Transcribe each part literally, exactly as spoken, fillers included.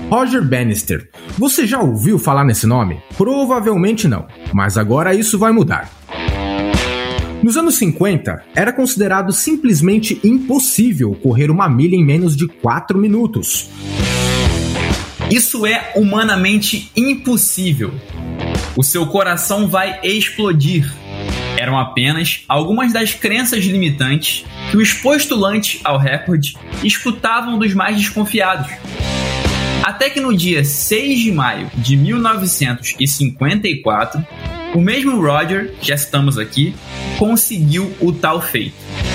Roger Bannister. Você já ouviu falar nesse nome? Provavelmente não, mas agora isso vai mudar. Nos anos cinquenta, era considerado simplesmente impossível correr uma milha em menos de quatro minutos. Isso é humanamente impossível. O seu coração vai explodir. Eram apenas algumas das crenças limitantes que os postulantes ao recorde escutavam dos mais desconfiados. Até que no dia seis de maio de mil novecentos e cinquenta e quatro, o mesmo Roger, que já citamos aqui, conseguiu o tal feito.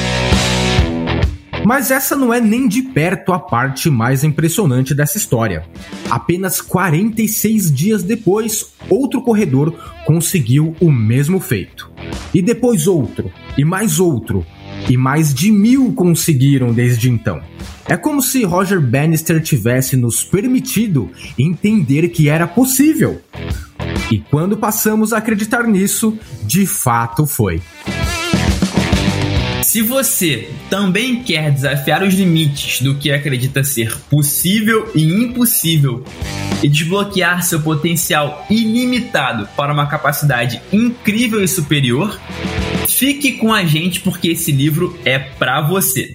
Mas essa não é nem de perto a parte mais impressionante dessa história. Apenas quarenta e seis dias depois, outro corredor conseguiu o mesmo feito. E depois outro, e mais outro, e mais de mil conseguiram desde então. É como se Roger Bannister tivesse nos permitido entender que era possível. E quando passamos a acreditar nisso, de fato foi. Se você também quer desafiar os limites do que acredita ser possível e impossível e desbloquear seu potencial ilimitado para uma capacidade incrível e superior, fique com a gente porque esse livro é pra você.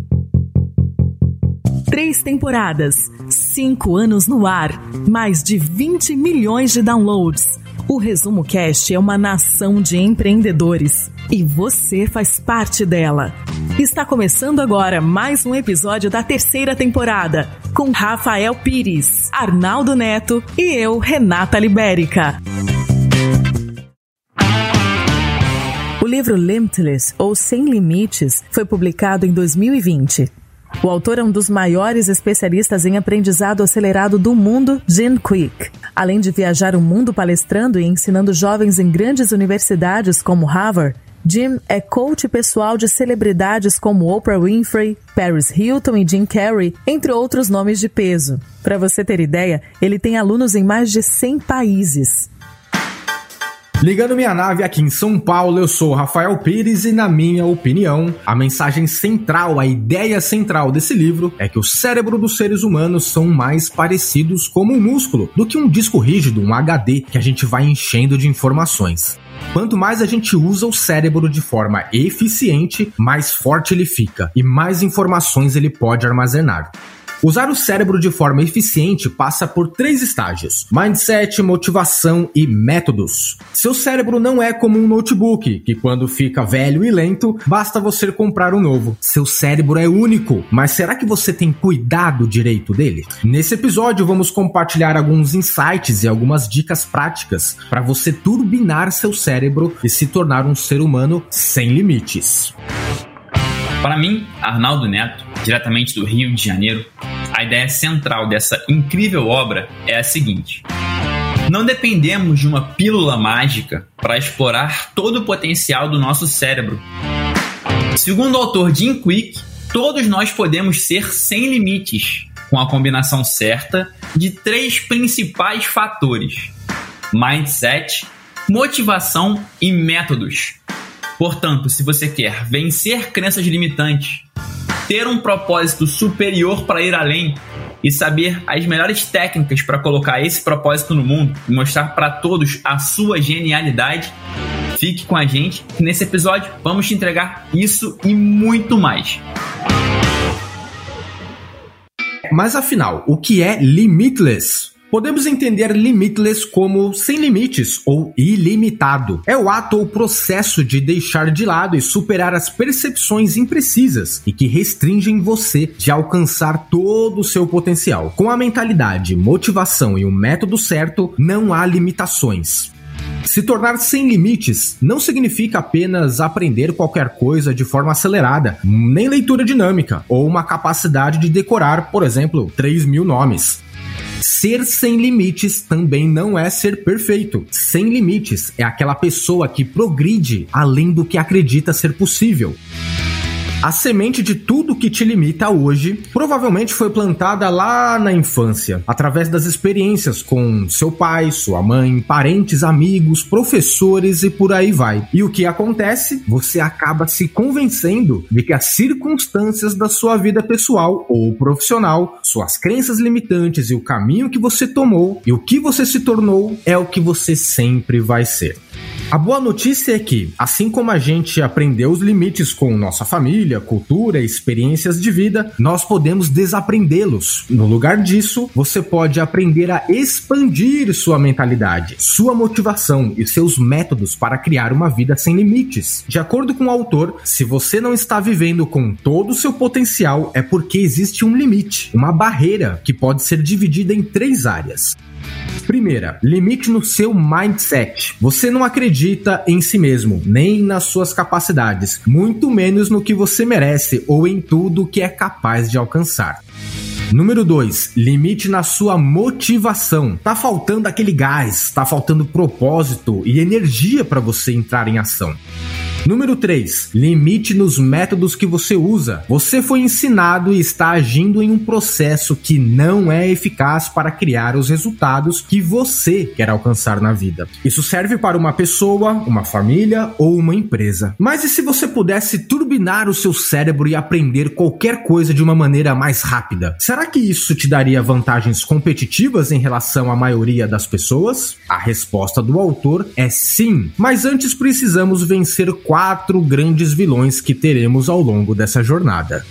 Três temporadas, cinco anos no ar, mais de vinte milhões de downloads. O Resumo Cast é uma nação de empreendedores e você faz parte dela. Está começando agora mais um episódio da terceira temporada com Rafael Pires, Arnaldo Neto e eu, Renata Libérica. O livro Limitless, ou Sem Limites, foi publicado em dois mil e vinte. O autor é um dos maiores especialistas em aprendizado acelerado do mundo, Jim Kwik. Além de viajar o mundo palestrando e ensinando jovens em grandes universidades como Harvard, Jim é coach pessoal de celebridades como Oprah Winfrey, Paris Hilton e Jim Carrey, entre outros nomes de peso. Para você ter ideia, ele tem alunos em mais de cem países. Ligando minha nave aqui em São Paulo, eu sou Rafael Pires e, na minha opinião, a mensagem central, a ideia central desse livro é que o cérebro dos seres humanos são mais parecidos como um músculo do que um disco rígido, um H D, que a gente vai enchendo de informações. Quanto mais a gente usa o cérebro de forma eficiente, mais forte ele fica e mais informações ele pode armazenar. Usar o cérebro de forma eficiente passa por três estágios: mindset, motivação e métodos. Seu cérebro não é como um notebook, que quando fica velho e lento, basta você comprar um novo. Seu cérebro é único, mas será que você tem cuidado direito dele? Nesse episódio vamos compartilhar alguns insights e algumas dicas práticas para você turbinar seu cérebro e se tornar um ser humano sem limites. Para mim, Arnaldo Neto, diretamente do Rio de Janeiro, a ideia central dessa incrível obra é a seguinte: não dependemos de uma pílula mágica para explorar todo o potencial do nosso cérebro. Segundo o autor Jim Kwik, todos nós podemos ser sem limites, com a combinação certa de três principais fatores: mindset, motivação e métodos. Portanto, se você quer vencer crenças limitantes, ter um propósito superior para ir além e saber as melhores técnicas para colocar esse propósito no mundo e mostrar para todos a sua genialidade, fique com a gente que nesse episódio vamos te entregar isso e muito mais. Mas afinal, o que é limitless? Podemos entender limitless como sem limites ou ilimitado. É o ato ou processo de deixar de lado e superar as percepções imprecisas e que restringem você de alcançar todo o seu potencial. Com a mentalidade, motivação e o método certo, não há limitações. Se tornar sem limites não significa apenas aprender qualquer coisa de forma acelerada, nem leitura dinâmica ou uma capacidade de decorar, por exemplo, três mil nomes. Ser sem limites também não é ser perfeito. Sem limites é aquela pessoa que progride além do que acredita ser possível. A semente de tudo que te limita hoje provavelmente foi plantada lá na infância, através das experiências com seu pai, sua mãe, parentes, amigos, professores e por aí vai. E o que acontece? Você acaba se convencendo de que as circunstâncias da sua vida pessoal ou profissional, suas crenças limitantes e o caminho que você tomou e o que você se tornou é o que você sempre vai ser. A boa notícia é que, assim como a gente aprendeu os limites com nossa família, cultura e experiências de vida, nós podemos desaprendê-los. No lugar disso, você pode aprender a expandir sua mentalidade, sua motivação e seus métodos para criar uma vida sem limites. De acordo com o autor, se você não está vivendo com todo o seu potencial, é porque existe um limite, uma barreira que pode ser dividida em três áreas. Primeira, limite no seu mindset. Você não acredita em si mesmo, nem nas suas capacidades, muito menos no que você merece ou em tudo que é capaz de alcançar. Número dois, limite na sua motivação. Tá faltando aquele gás, tá faltando propósito e energia para você entrar em ação. Número três, limite nos métodos que você usa. Você foi ensinado e está agindo em um processo que não é eficaz para criar os resultados que você quer alcançar na vida. Isso serve para uma pessoa, uma família ou uma empresa. Mas e se você pudesse turbinar o seu cérebro e aprender qualquer coisa de uma maneira mais rápida? Será que isso te daria vantagens competitivas em relação à maioria das pessoas? A resposta do autor é sim, mas antes precisamos vencer quatro grandes vilões que teremos ao longo dessa jornada.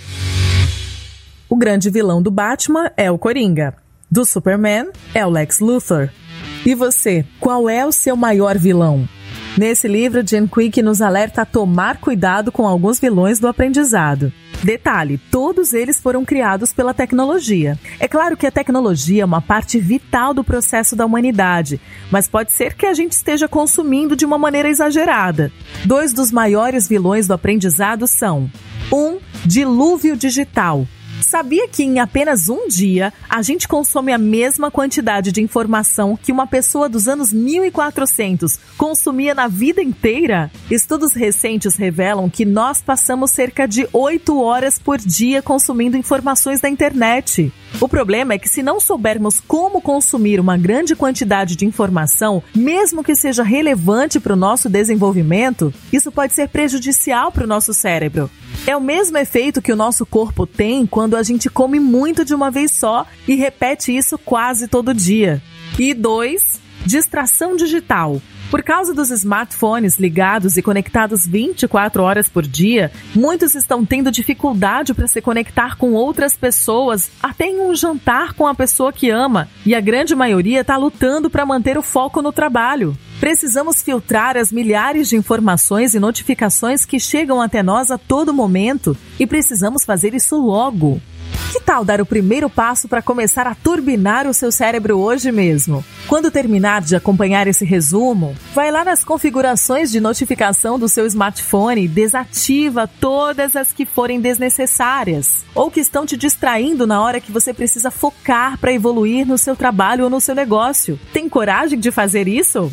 O grande vilão do Batman é o Coringa. Do Superman é o Lex Luthor. E você, qual é o seu maior vilão? Nesse livro, Jen Quick nos alerta a tomar cuidado com alguns vilões do aprendizado. Detalhe, todos eles foram criados pela tecnologia. É claro que a tecnologia é uma parte vital do processo da humanidade, mas pode ser que a gente esteja consumindo de uma maneira exagerada. Dois dos maiores vilões do aprendizado são: um, dilúvio digital. Sabia que em apenas um dia a gente consome a mesma quantidade de informação que uma pessoa dos anos mil e quatrocentos consumia na vida inteira? Estudos recentes revelam que nós passamos cerca de oito horas por dia consumindo informações da internet. O problema é que se não soubermos como consumir uma grande quantidade de informação, mesmo que seja relevante para o nosso desenvolvimento, isso pode ser prejudicial para o nosso cérebro. É o mesmo efeito que o nosso corpo tem quando a gente come muito de uma vez só e repete isso quase todo dia. E dois, distração digital. Por causa dos smartphones ligados e conectados vinte e quatro horas por dia, muitos estão tendo dificuldade para se conectar com outras pessoas, até em um jantar com a pessoa que ama, e a grande maioria está lutando para manter o foco no trabalho. Precisamos filtrar as milhares de informações e notificações que chegam até nós a todo momento, e precisamos fazer isso logo. Que tal dar o primeiro passo para começar a turbinar o seu cérebro hoje mesmo? Quando terminar de acompanhar esse resumo, vai lá nas configurações de notificação do seu smartphone e desativa todas as que forem desnecessárias ou que estão te distraindo na hora que você precisa focar para evoluir no seu trabalho ou no seu negócio. Tem coragem de fazer isso?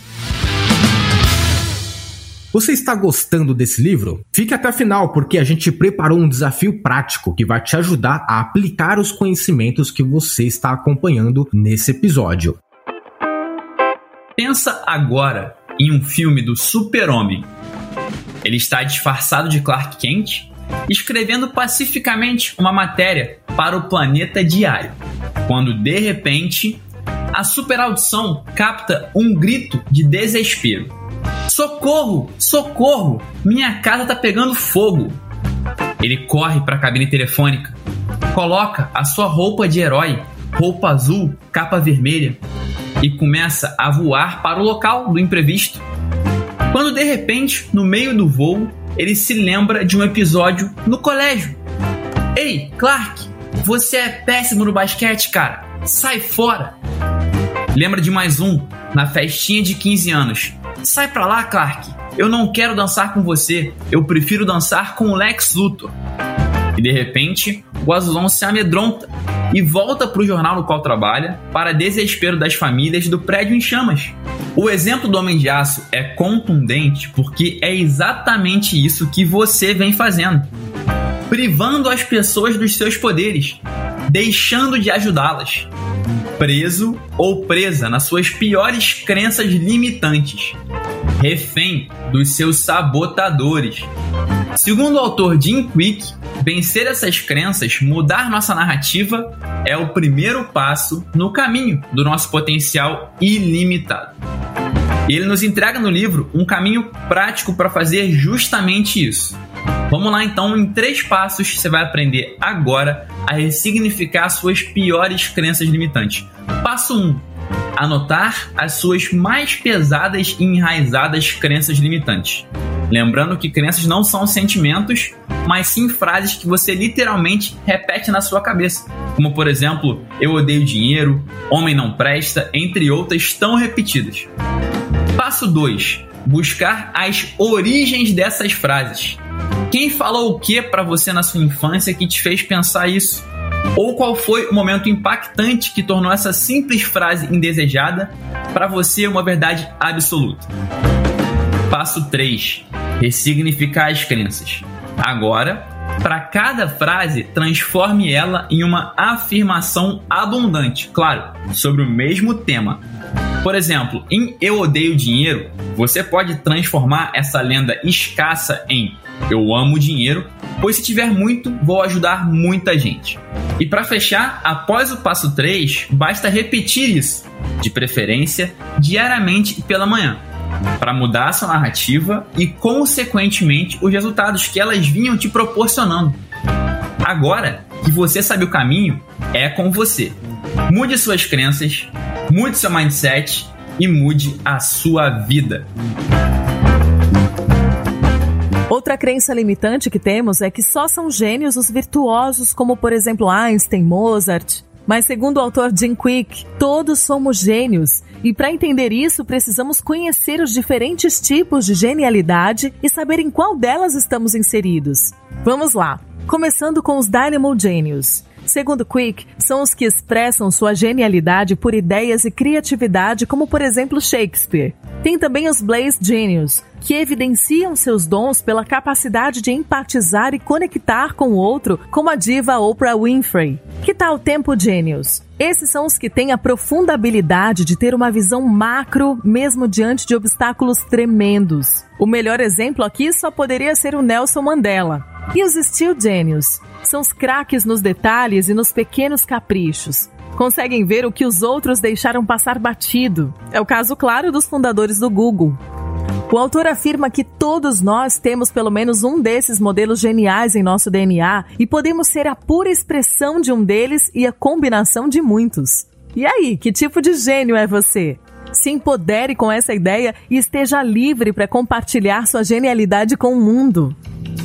Você está gostando desse livro? Fique até o final, porque a gente preparou um desafio prático que vai te ajudar a aplicar os conhecimentos que você está acompanhando nesse episódio. Pensa agora em um filme do Super-Homem. Ele está disfarçado de Clark Kent, escrevendo pacificamente uma matéria para o Planeta Diário, quando de repente a superaudição capta um grito de desespero. Socorro! Socorro! Minha casa tá pegando fogo! Ele corre para a cabine telefônica, coloca a sua roupa de herói, roupa azul, capa vermelha, e começa a voar para o local do imprevisto. Quando de repente, no meio do voo, ele se lembra de um episódio no colégio. Ei, Clark, você é péssimo no basquete, cara! Sai fora! Lembra de mais um, na festinha de quinze anos. Sai pra lá, Clark. Eu não quero dançar com você. Eu prefiro dançar com o Lex Luthor. E de repente, o azulão se amedronta e volta pro jornal no qual trabalha, para desespero das famílias do prédio em chamas. O exemplo do Homem de Aço é contundente porque é exatamente isso que você vem fazendo. privando as pessoas dos seus poderes, deixando de ajudá-las, preso ou presa nas suas piores crenças limitantes, refém dos seus sabotadores. Segundo o autor Jim Kwik, vencer essas crenças, mudar nossa narrativa, é o primeiro passo no caminho do nosso potencial ilimitado. Ele nos entrega no livro um caminho prático para fazer justamente isso. Vamos lá então, em três passos você vai aprender agora a ressignificar suas piores crenças limitantes. Passo um. Anotar as suas mais pesadas e enraizadas crenças limitantes. Lembrando que crenças não são sentimentos, mas sim frases que você literalmente repete na sua cabeça. Como por exemplo, eu odeio dinheiro, homem não presta, entre outras tão repetidas. Passo dois. Buscar as origens dessas frases. Quem falou o que para você na sua infância que te fez pensar isso? Ou qual foi o momento impactante que tornou essa simples frase indesejada para você uma verdade absoluta? Passo três. Ressignificar as crenças. Agora, para cada frase, transforme ela em uma afirmação abundante, claro, sobre o mesmo tema. Por exemplo, em eu odeio dinheiro, você pode transformar essa lenda escassa em eu amo dinheiro, pois se tiver muito, vou ajudar muita gente. E para fechar, após o passo três, basta repetir isso, de preferência, diariamente e pela manhã, para mudar a sua narrativa e, consequentemente, os resultados que elas vinham te proporcionando. Agora que você sabe o caminho, é com você. Mude suas crenças, mude seu mindset e mude a sua vida. Outra crença limitante que temos é que só são gênios os virtuosos, como por exemplo Einstein, Mozart. Mas segundo o autor Jim Kwik, todos somos gênios. E para entender isso, precisamos conhecer os diferentes tipos de genialidade e saber em qual delas estamos inseridos. Vamos lá, começando com os Dynamo Genius. Segundo Kwik, são os que expressam sua genialidade por ideias e criatividade, como por exemplo Shakespeare. Tem também os Blaze Genius, que evidenciam seus dons pela capacidade de empatizar e conectar com o outro, como a diva Oprah Winfrey. Que tal o Tempo Genius? Esses são os que têm a profunda habilidade de ter uma visão macro, mesmo diante de obstáculos tremendos. O melhor exemplo aqui só poderia ser o Nelson Mandela. E os Steel Genius? São os craques nos detalhes e nos pequenos caprichos. Conseguem ver o que os outros deixaram passar batido. É o caso claro dos fundadores do Google. O autor afirma que todos nós temos pelo menos um desses modelos geniais em nosso D N A e podemos ser a pura expressão de um deles e a combinação de muitos. E aí, que tipo de gênio é você? Se empodere com essa ideia e esteja livre para compartilhar sua genialidade com o mundo.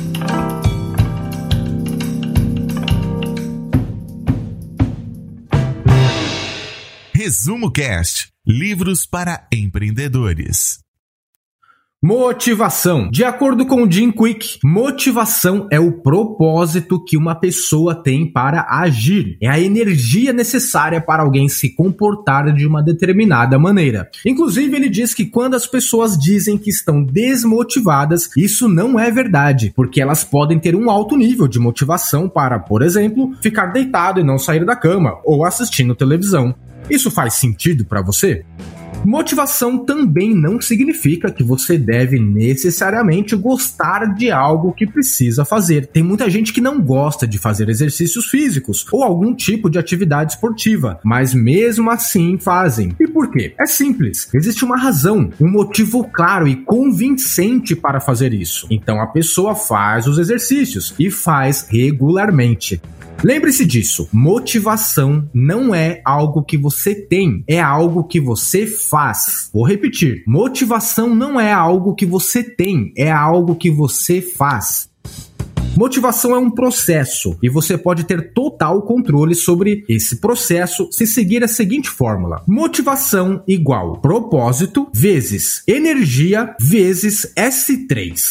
Resumo Cast. Livros para empreendedores. Motivação. De acordo com Jim Kwik, motivação é o propósito que uma pessoa tem para agir. É a energia necessária para alguém se comportar de uma determinada maneira. Inclusive, ele diz que quando as pessoas dizem que estão desmotivadas, isso não é verdade, porque elas podem ter um alto nível de motivação para, por exemplo, ficar deitado e não sair da cama ou assistindo televisão. Isso faz sentido para você? Motivação também não significa que você deve necessariamente gostar de algo que precisa fazer. Tem muita gente que não gosta de fazer exercícios físicos ou algum tipo de atividade esportiva, mas mesmo assim fazem. E por quê? É simples. Existe uma razão, um motivo claro e convincente para fazer isso. Então a pessoa faz os exercícios e faz regularmente. Lembre-se disso, motivação não é algo que você tem, é algo que você faz. Vou repetir, motivação não é algo que você tem, é algo que você faz. Motivação é um processo e você pode ter total controle sobre esse processo se seguir a seguinte fórmula. Motivação igual propósito vezes energia vezes S três.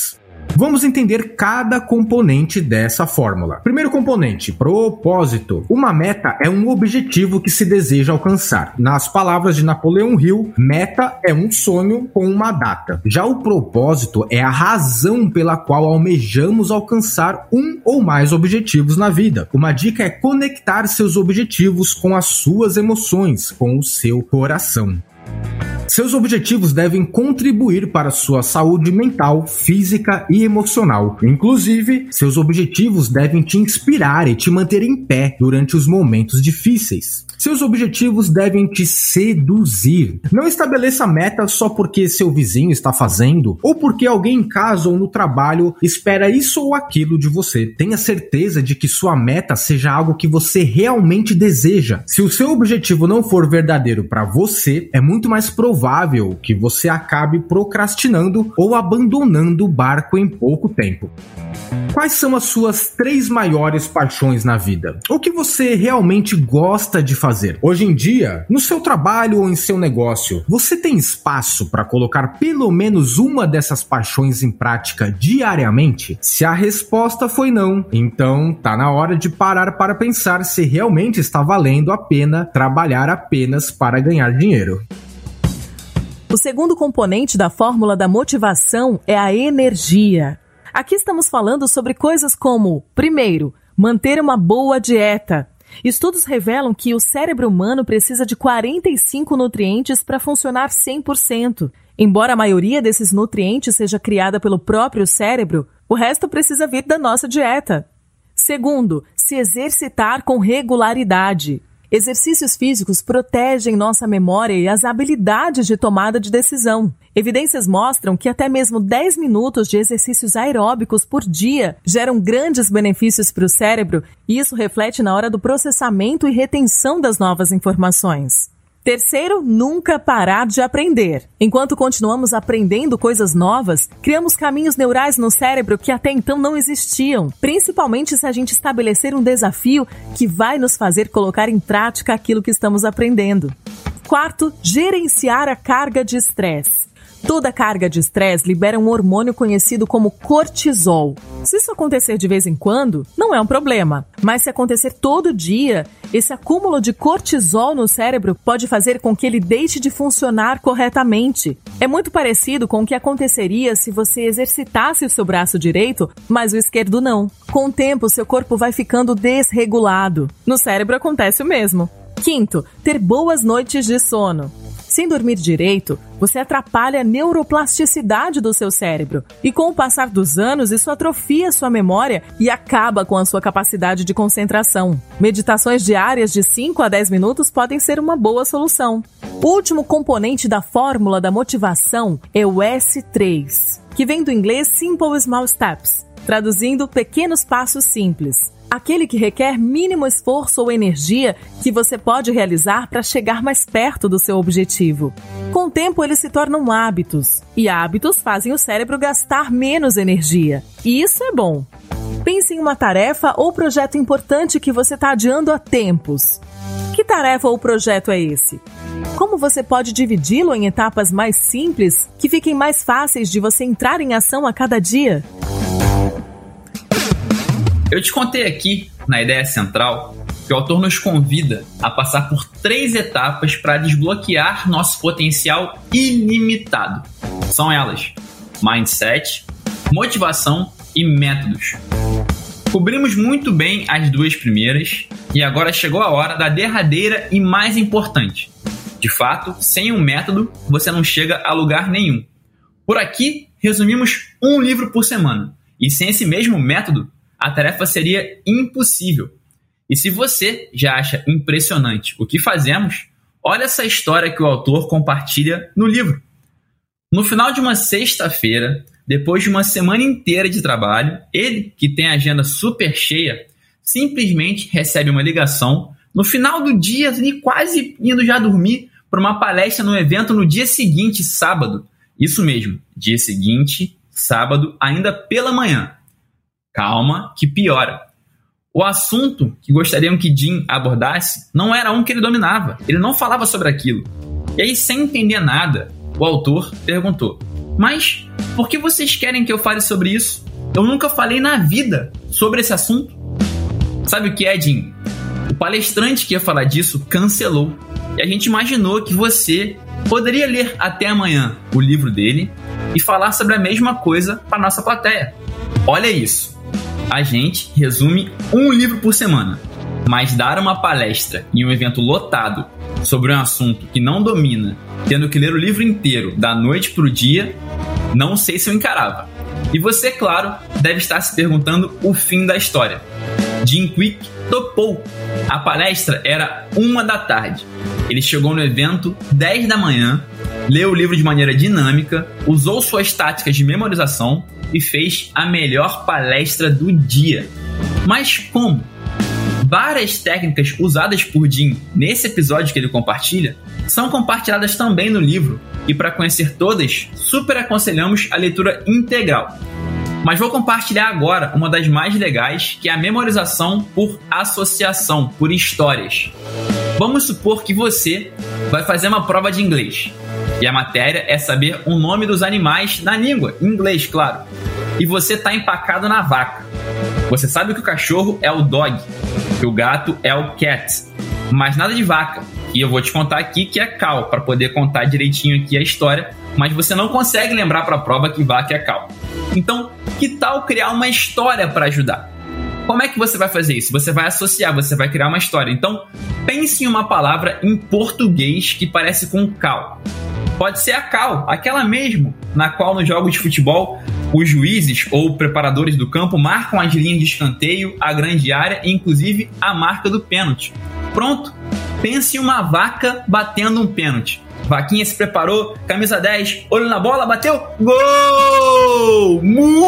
Vamos entender cada componente dessa fórmula. Primeiro componente, propósito. Uma meta é um objetivo que se deseja alcançar. Nas palavras de Napoleão Hill, meta é um sonho com uma data. Já o propósito é a razão pela qual almejamos alcançar um ou mais objetivos na vida. Uma dica é conectar seus objetivos com as suas emoções, com o seu coração. Seus objetivos devem contribuir para a sua saúde mental, física e emocional. Inclusive, seus objetivos devem te inspirar e te manter em pé durante os momentos difíceis. Seus objetivos devem te seduzir. Não estabeleça metas só porque seu vizinho está fazendo ou porque alguém em casa ou no trabalho espera isso ou aquilo de você. Tenha certeza de que sua meta seja algo que você realmente deseja. Se o seu objetivo não for verdadeiro para você, é muito mais provável que você acabe procrastinando ou abandonando o barco em pouco tempo. Quais são as suas três maiores paixões na vida? O que você realmente gosta de fazer? Hoje em dia, no seu trabalho ou em seu negócio, você tem espaço para colocar pelo menos uma dessas paixões em prática diariamente? Se a resposta foi não, então tá na hora de parar para pensar se realmente está valendo a pena trabalhar apenas para ganhar dinheiro. O segundo componente da fórmula da motivação é a energia. Aqui estamos falando sobre coisas como, primeiro, manter uma boa dieta. Estudos revelam que o cérebro humano precisa de quarenta e cinco nutrientes para funcionar cem por cento. Embora a maioria desses nutrientes seja criada pelo próprio cérebro, o resto precisa vir da nossa dieta. Segundo, se exercitar com regularidade. Exercícios físicos protegem nossa memória e as habilidades de tomada de decisão. Evidências mostram que até mesmo dez minutos de exercícios aeróbicos por dia geram grandes benefícios para o cérebro e isso reflete na hora do processamento e retenção das novas informações. Terceiro, nunca parar de aprender. Enquanto continuamos aprendendo coisas novas, criamos caminhos neurais no cérebro que até então não existiam, principalmente se a gente estabelecer um desafio que vai nos fazer colocar em prática aquilo que estamos aprendendo. Quarto, gerenciar a carga de estresse. Toda carga de estresse libera um hormônio conhecido como cortisol. Se isso acontecer de vez em quando, não é um problema. Mas se acontecer todo dia, esse acúmulo de cortisol no cérebro pode fazer com que ele deixe de funcionar corretamente. É muito parecido com o que aconteceria se você exercitasse o seu braço direito, mas o esquerdo não. Com o tempo, seu corpo vai ficando desregulado. No cérebro acontece o mesmo. Quinto, ter boas noites de sono. Sem dormir direito, você atrapalha a neuroplasticidade do seu cérebro. E com o passar dos anos, isso atrofia sua memória e acaba com a sua capacidade de concentração. Meditações diárias de cinco a dez minutos podem ser uma boa solução. O último componente da fórmula da motivação é o S três, que vem do inglês Simple Small Steps, traduzindo pequenos passos simples. Aquele que requer mínimo esforço ou energia que você pode realizar para chegar mais perto do seu objetivo. Com o tempo, eles se tornam hábitos, e hábitos fazem o cérebro gastar menos energia. E isso é bom. Pense em uma tarefa ou projeto importante que você está adiando há tempos. Que tarefa ou projeto é esse? Como você pode dividi-lo em etapas mais simples, que fiquem mais fáceis de você entrar em ação a cada dia? Eu te contei aqui, na ideia central, que o autor nos convida a passar por três etapas para desbloquear nosso potencial ilimitado. São elas: mindset, motivação e métodos. Cobrimos muito bem as duas primeiras e agora chegou a hora da derradeira e mais importante. De fato, sem um método, você não chega a lugar nenhum. Por aqui, resumimos um livro por semana, e sem esse mesmo método, a tarefa seria impossível. E se você já acha impressionante o que fazemos, olha essa história que o autor compartilha no livro. No final de uma sexta-feira, depois de uma semana inteira de trabalho, ele, que tem a agenda super cheia, simplesmente recebe uma ligação no final do dia, ali quase indo já dormir, para uma palestra no evento no dia seguinte, sábado. Isso mesmo, dia seguinte, sábado, ainda pela manhã. Calma, que piora. O assunto que gostariam que Jim abordasse não era um que ele dominava. Ele não falava sobre aquilo. E aí, sem entender nada, o autor perguntou: Mas por que vocês querem que eu fale sobre isso? Eu nunca falei na vida sobre esse assunto. Sabe o que é, Jim? O palestrante que ia falar disso cancelou. E a gente imaginou que você poderia ler até amanhã o livro dele e falar sobre a mesma coisa para nossa plateia. Olha isso. A gente resume um livro por semana. Mas dar uma palestra em um evento lotado sobre um assunto que não domina, tendo que ler o livro inteiro da noite para o dia, não sei se eu encarava. E você, claro, deve estar se perguntando o fim da história. Jim Kwik topou. A palestra era uma da tarde. Ele chegou no evento dez da manhã, leu o livro de maneira dinâmica, usou suas táticas de memorização e fez a melhor palestra do dia. Mas como? Várias técnicas usadas por Jim nesse episódio que ele compartilha são compartilhadas também no livro, e para conhecer todas, super aconselhamos a leitura integral. Mas vou compartilhar agora uma das mais legais, que é a memorização por associação, por histórias. Vamos supor que você vai fazer uma prova de inglês, e a matéria é saber o nome dos animais na língua, em inglês, claro. E você está empacado na vaca. Você sabe que o cachorro é o dog, que o gato é o cat, mas nada de vaca. E eu vou te contar aqui que é cow, para poder contar direitinho aqui a história, mas você não consegue lembrar para a prova que vaca é cow. Então, que tal criar uma história para ajudar? Como é que você vai fazer isso? Você vai associar, você vai criar uma história. Então, pense em uma palavra em português que parece com cow. Pode ser a cal, aquela mesmo, na qual nos jogos de futebol os juízes ou preparadores do campo marcam as linhas de escanteio, a grande área e inclusive a marca do pênalti. Pronto! Pense em uma vaca batendo um pênalti. Vaquinha se preparou, camisa dez, olho na bola, bateu, gol!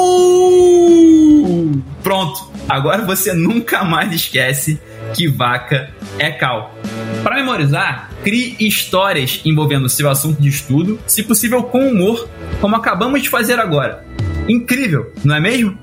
Mu! Pronto! Agora você nunca mais esquece que vaca é cal. Para memorizar, crie histórias envolvendo seu assunto de estudo, se possível com humor, como acabamos de fazer agora. Incrível, não é mesmo?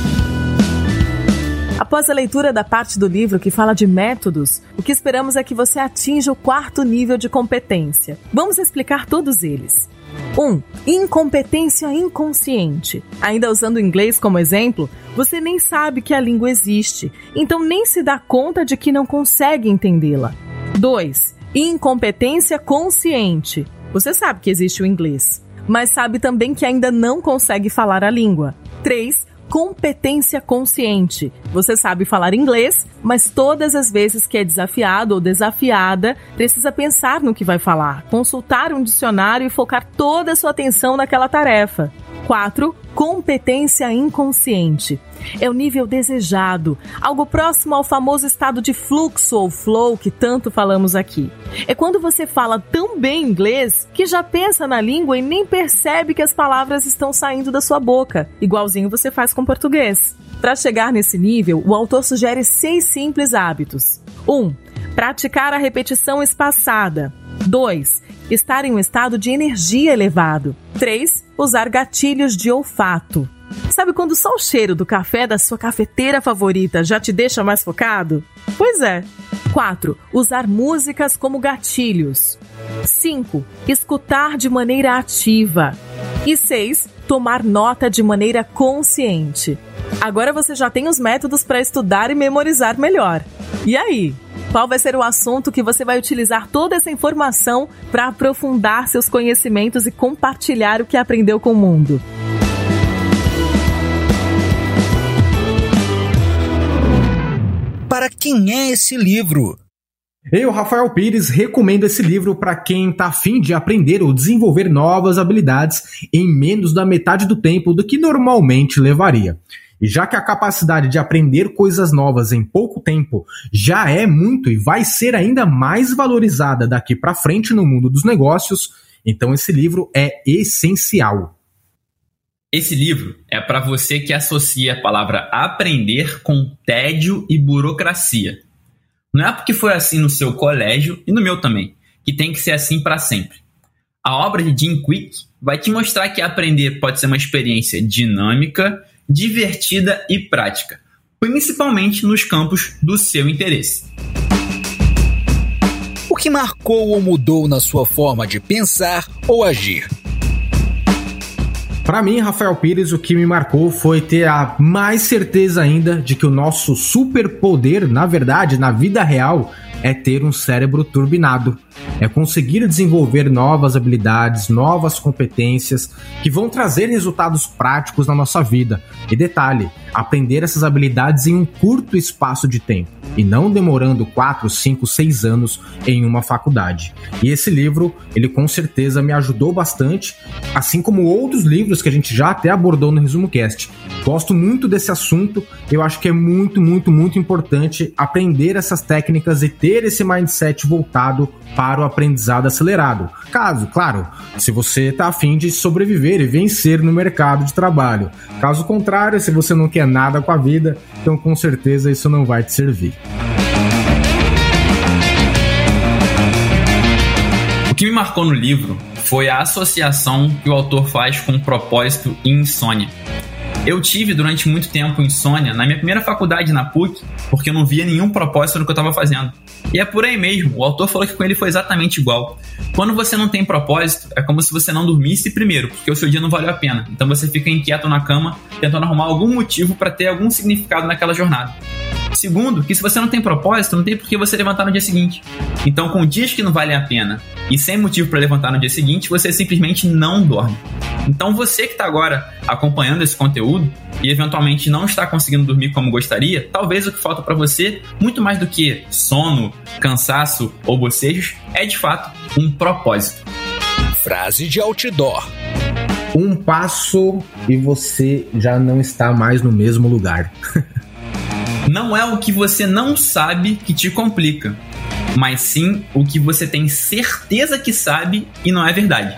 Após a leitura da parte do livro que fala de métodos, o que esperamos é que você atinja o quarto nível de competência. Vamos explicar todos eles. um. Incompetência inconsciente. Ainda usando o inglês como exemplo, você nem sabe que a língua existe, então nem se dá conta de que não consegue entendê-la. dois. Incompetência consciente. Você sabe que existe o inglês, mas sabe também que ainda não consegue falar a língua. três. Competência consciente. Você sabe falar inglês, mas todas as vezes que é desafiado ou desafiada, precisa pensar no que vai falar, consultar um dicionário e focar toda a sua atenção naquela tarefa. quatro. Competência inconsciente. É o nível desejado, algo próximo ao famoso estado de fluxo ou flow que tanto falamos aqui. É quando você fala tão bem inglês que já pensa na língua e nem percebe que as palavras estão saindo da sua boca, igualzinho você faz com português. Para chegar nesse nível, o autor sugere seis simples hábitos. um. Praticar a repetição espaçada. dois. Estar em um estado de energia elevado. três. Usar gatilhos de olfato. Sabe quando só o cheiro do café da sua cafeteira favorita já te deixa mais focado? Pois é. quatro. Usar músicas como gatilhos. cinco. Escutar de maneira ativa. E seis. Tomar nota de maneira consciente. Agora você já tem os métodos para estudar e memorizar melhor. E aí? Qual vai ser o assunto que você vai utilizar toda essa informação para aprofundar seus conhecimentos e compartilhar o que aprendeu com o mundo? Para quem é esse livro? Eu, Rafael Pires, recomendo esse livro para quem está a fim de aprender ou desenvolver novas habilidades em menos da metade do tempo do que normalmente levaria. E já que a capacidade de aprender coisas novas em pouco tempo já é muito e vai ser ainda mais valorizada daqui para frente no mundo dos negócios, então esse livro é essencial. Esse livro é para você que associa a palavra aprender com tédio e burocracia. Não é porque foi assim no seu colégio e no meu também, que tem que ser assim para sempre. A obra de Jim Kwik vai te mostrar que aprender pode ser uma experiência dinâmica, divertida e prática, principalmente nos campos do seu interesse. O que marcou ou mudou na sua forma de pensar ou agir? Para mim, Rafael Pires, o que me marcou foi ter a mais certeza ainda de que o nosso superpoder, na verdade, na vida real, é ter um cérebro turbinado. É conseguir desenvolver novas habilidades, novas competências que vão trazer resultados práticos na nossa vida. E detalhe, aprender essas habilidades em um curto espaço de tempo e não demorando quatro, cinco, seis anos em uma faculdade. E esse livro, ele com certeza me ajudou bastante, assim como outros livros que a gente já até abordou no Resumo Cast. Gosto muito desse assunto, eu acho que é muito, muito, muito importante aprender essas técnicas e ter esse mindset voltado para o aprendizado acelerado. Caso, claro, se você está a fim de sobreviver e vencer no mercado de trabalho. Caso contrário, se você não quer nada com a vida, então com certeza isso não vai te servir. O que me marcou no livro foi a associação que o autor faz com propósito e insônia. Eu tive durante muito tempo insônia na minha primeira faculdade na P U C, porque eu não via nenhum propósito no que eu estava fazendo. E é por aí mesmo, o autor falou que com ele foi exatamente igual. Quando você não tem propósito, é como se você não dormisse primeiro, porque o seu dia não valeu a pena. Então você fica inquieto na cama, tentando arrumar algum motivo para ter algum significado naquela jornada. Segundo, que se você não tem propósito, não tem por que você levantar no dia seguinte. Então, com dias que não valem a pena e sem motivo para levantar no dia seguinte, você simplesmente não dorme. Então, você que está agora acompanhando esse conteúdo e eventualmente não está conseguindo dormir como gostaria, talvez o que falta para você, muito mais do que sono, cansaço ou bocejos, é de fato um propósito. Frase de outdoor. Um passo e você já não está mais no mesmo lugar. Não é o que você não sabe que te complica, mas sim o que você tem certeza que sabe e não é verdade.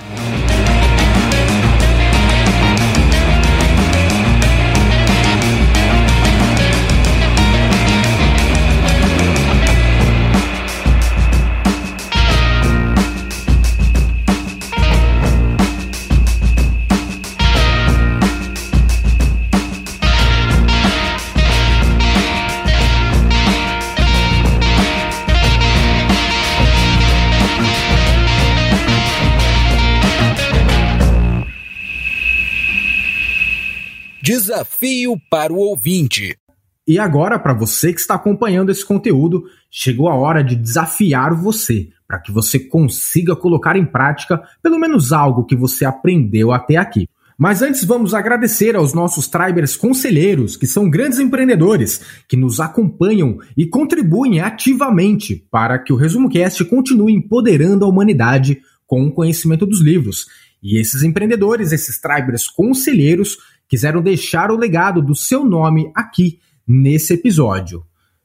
Desafio para o ouvinte. E agora, para você que está acompanhando esse conteúdo, chegou a hora de desafiar você, para que você consiga colocar em prática pelo menos algo que você aprendeu até aqui. Mas antes vamos agradecer aos nossos Tribers conselheiros, que são grandes empreendedores, que nos acompanham e contribuem ativamente para que o Resumo Cast continue empoderando a humanidade com o conhecimento dos livros. E esses empreendedores, esses Tribers conselheiros, quiseram deixar o legado do seu nome aqui nesse episódio.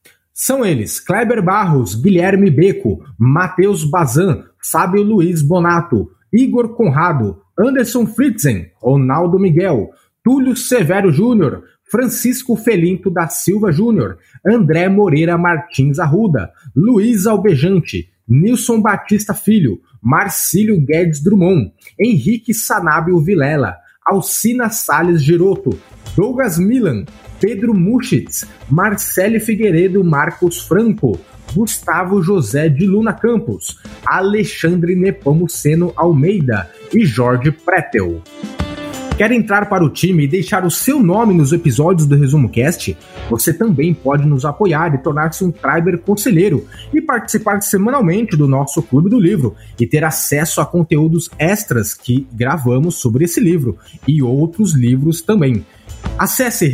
São eles Kleber Barros, Guilherme Beco, Matheus Bazan, Fábio Luiz Bonato, Igor Conrado, Anderson Fritzen, Ronaldo Miguel, Túlio Severo Júnior, Francisco Felinto da Silva Júnior, André Moreira Martins Arruda, Luiz Albejante, Nilson Batista Filho, Marcílio Guedes Drummond, Henrique Sanábio Vilela, Alcina Salles Giroto, Douglas Milan, Pedro Muschitz, Marcele Figueiredo Marcos Franco, Gustavo José de Luna Campos, Alexandre Nepomuceno Almeida e Jorge Pretel. Quer entrar para o time e deixar o seu nome nos episódios do Resumo Cast? Você também pode nos apoiar e tornar-se um Triber conselheiro e participar semanalmente do nosso Clube do Livro e ter acesso a conteúdos extras que gravamos sobre esse livro e outros livros também. Acesse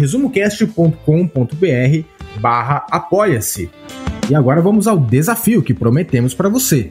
resumocast.com.br barra apoia-se. E agora vamos ao desafio que prometemos para você.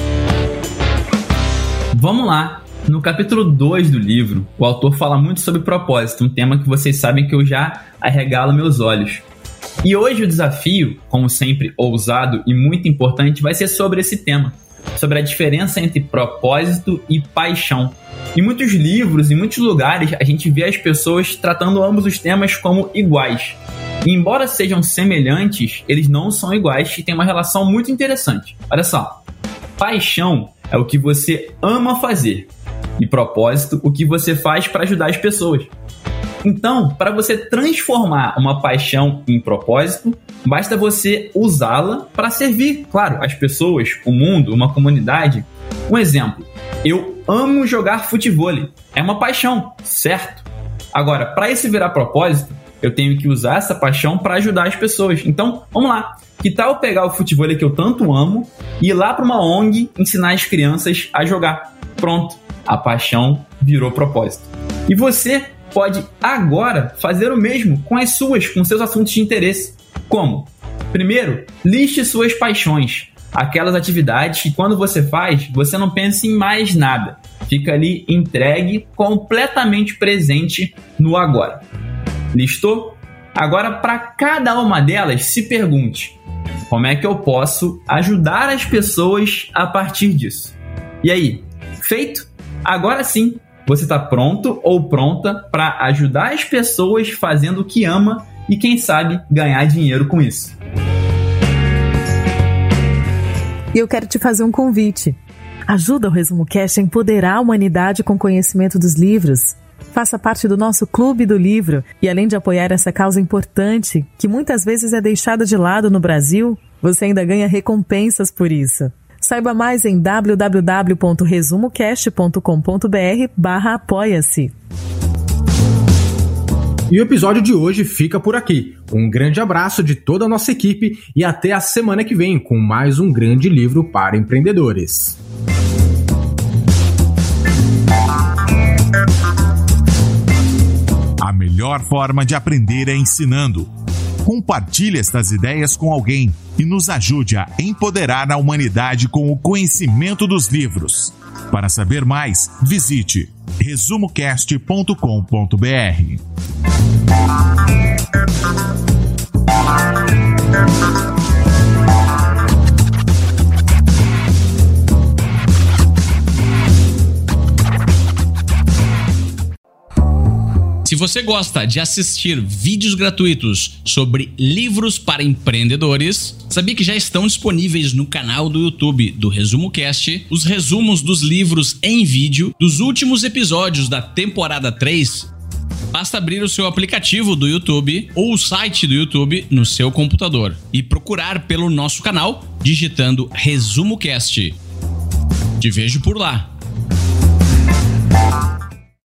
Vamos lá! No capítulo dois do livro, o autor fala muito sobre propósito, um tema que vocês sabem que eu já arregalo meus olhos. E hoje o desafio, como sempre ousado e muito importante, vai ser sobre esse tema, sobre a diferença entre propósito e paixão. Em muitos livros, em muitos lugares, a gente vê as pessoas tratando ambos os temas como iguais. E embora sejam semelhantes, eles não são iguais e têm uma relação muito interessante. Olha só, paixão é o que você ama fazer. E propósito, o que você faz para ajudar as pessoas. Então, para você transformar uma paixão em propósito, basta você usá-la para servir, claro, as pessoas, o mundo, uma comunidade. Um exemplo, eu amo jogar futevôlei. É uma paixão, certo? Agora, para isso virar propósito, eu tenho que usar essa paixão para ajudar as pessoas. Então, vamos lá. Que tal eu pegar o futevôlei que eu tanto amo e ir lá para uma O N G ensinar as crianças a jogar? Pronto, a paixão virou propósito. E você pode agora fazer o mesmo com as suas, com seus assuntos de interesse. Como? Primeiro, liste suas paixões. Aquelas atividades que quando você faz, você não pensa em mais nada. Fica ali entregue, completamente presente no agora. Listou? Agora, para cada uma delas, se pergunte: como é que eu posso ajudar as pessoas a partir disso? E aí, feito? Agora sim, você está pronto ou pronta para ajudar as pessoas fazendo o que ama e, quem sabe, ganhar dinheiro com isso. E eu quero te fazer um convite. Ajuda o Resumo Cast a empoderar a humanidade com conhecimento dos livros. Faça parte do nosso Clube do Livro e, além de apoiar essa causa importante, que muitas vezes é deixada de lado no Brasil, você ainda ganha recompensas por isso. Saiba mais em w w w ponto resumocast ponto com ponto b r barra apoia-se. E o episódio de hoje fica por aqui. Um grande abraço de toda a nossa equipe e até a semana que vem com mais um grande livro para empreendedores. A melhor forma de aprender é ensinando. Compartilhe estas ideias com alguém e nos ajude a empoderar a humanidade com o conhecimento dos livros. Para saber mais, visite resumocast ponto com ponto b r. Se você gosta de assistir vídeos gratuitos sobre livros para empreendedores, sabia que já estão disponíveis no canal do YouTube do Resumo Cast os resumos dos livros em vídeo dos últimos episódios da temporada três? Basta abrir o seu aplicativo do YouTube ou o site do YouTube no seu computador e procurar pelo nosso canal digitando Resumo Cast. Te vejo por lá.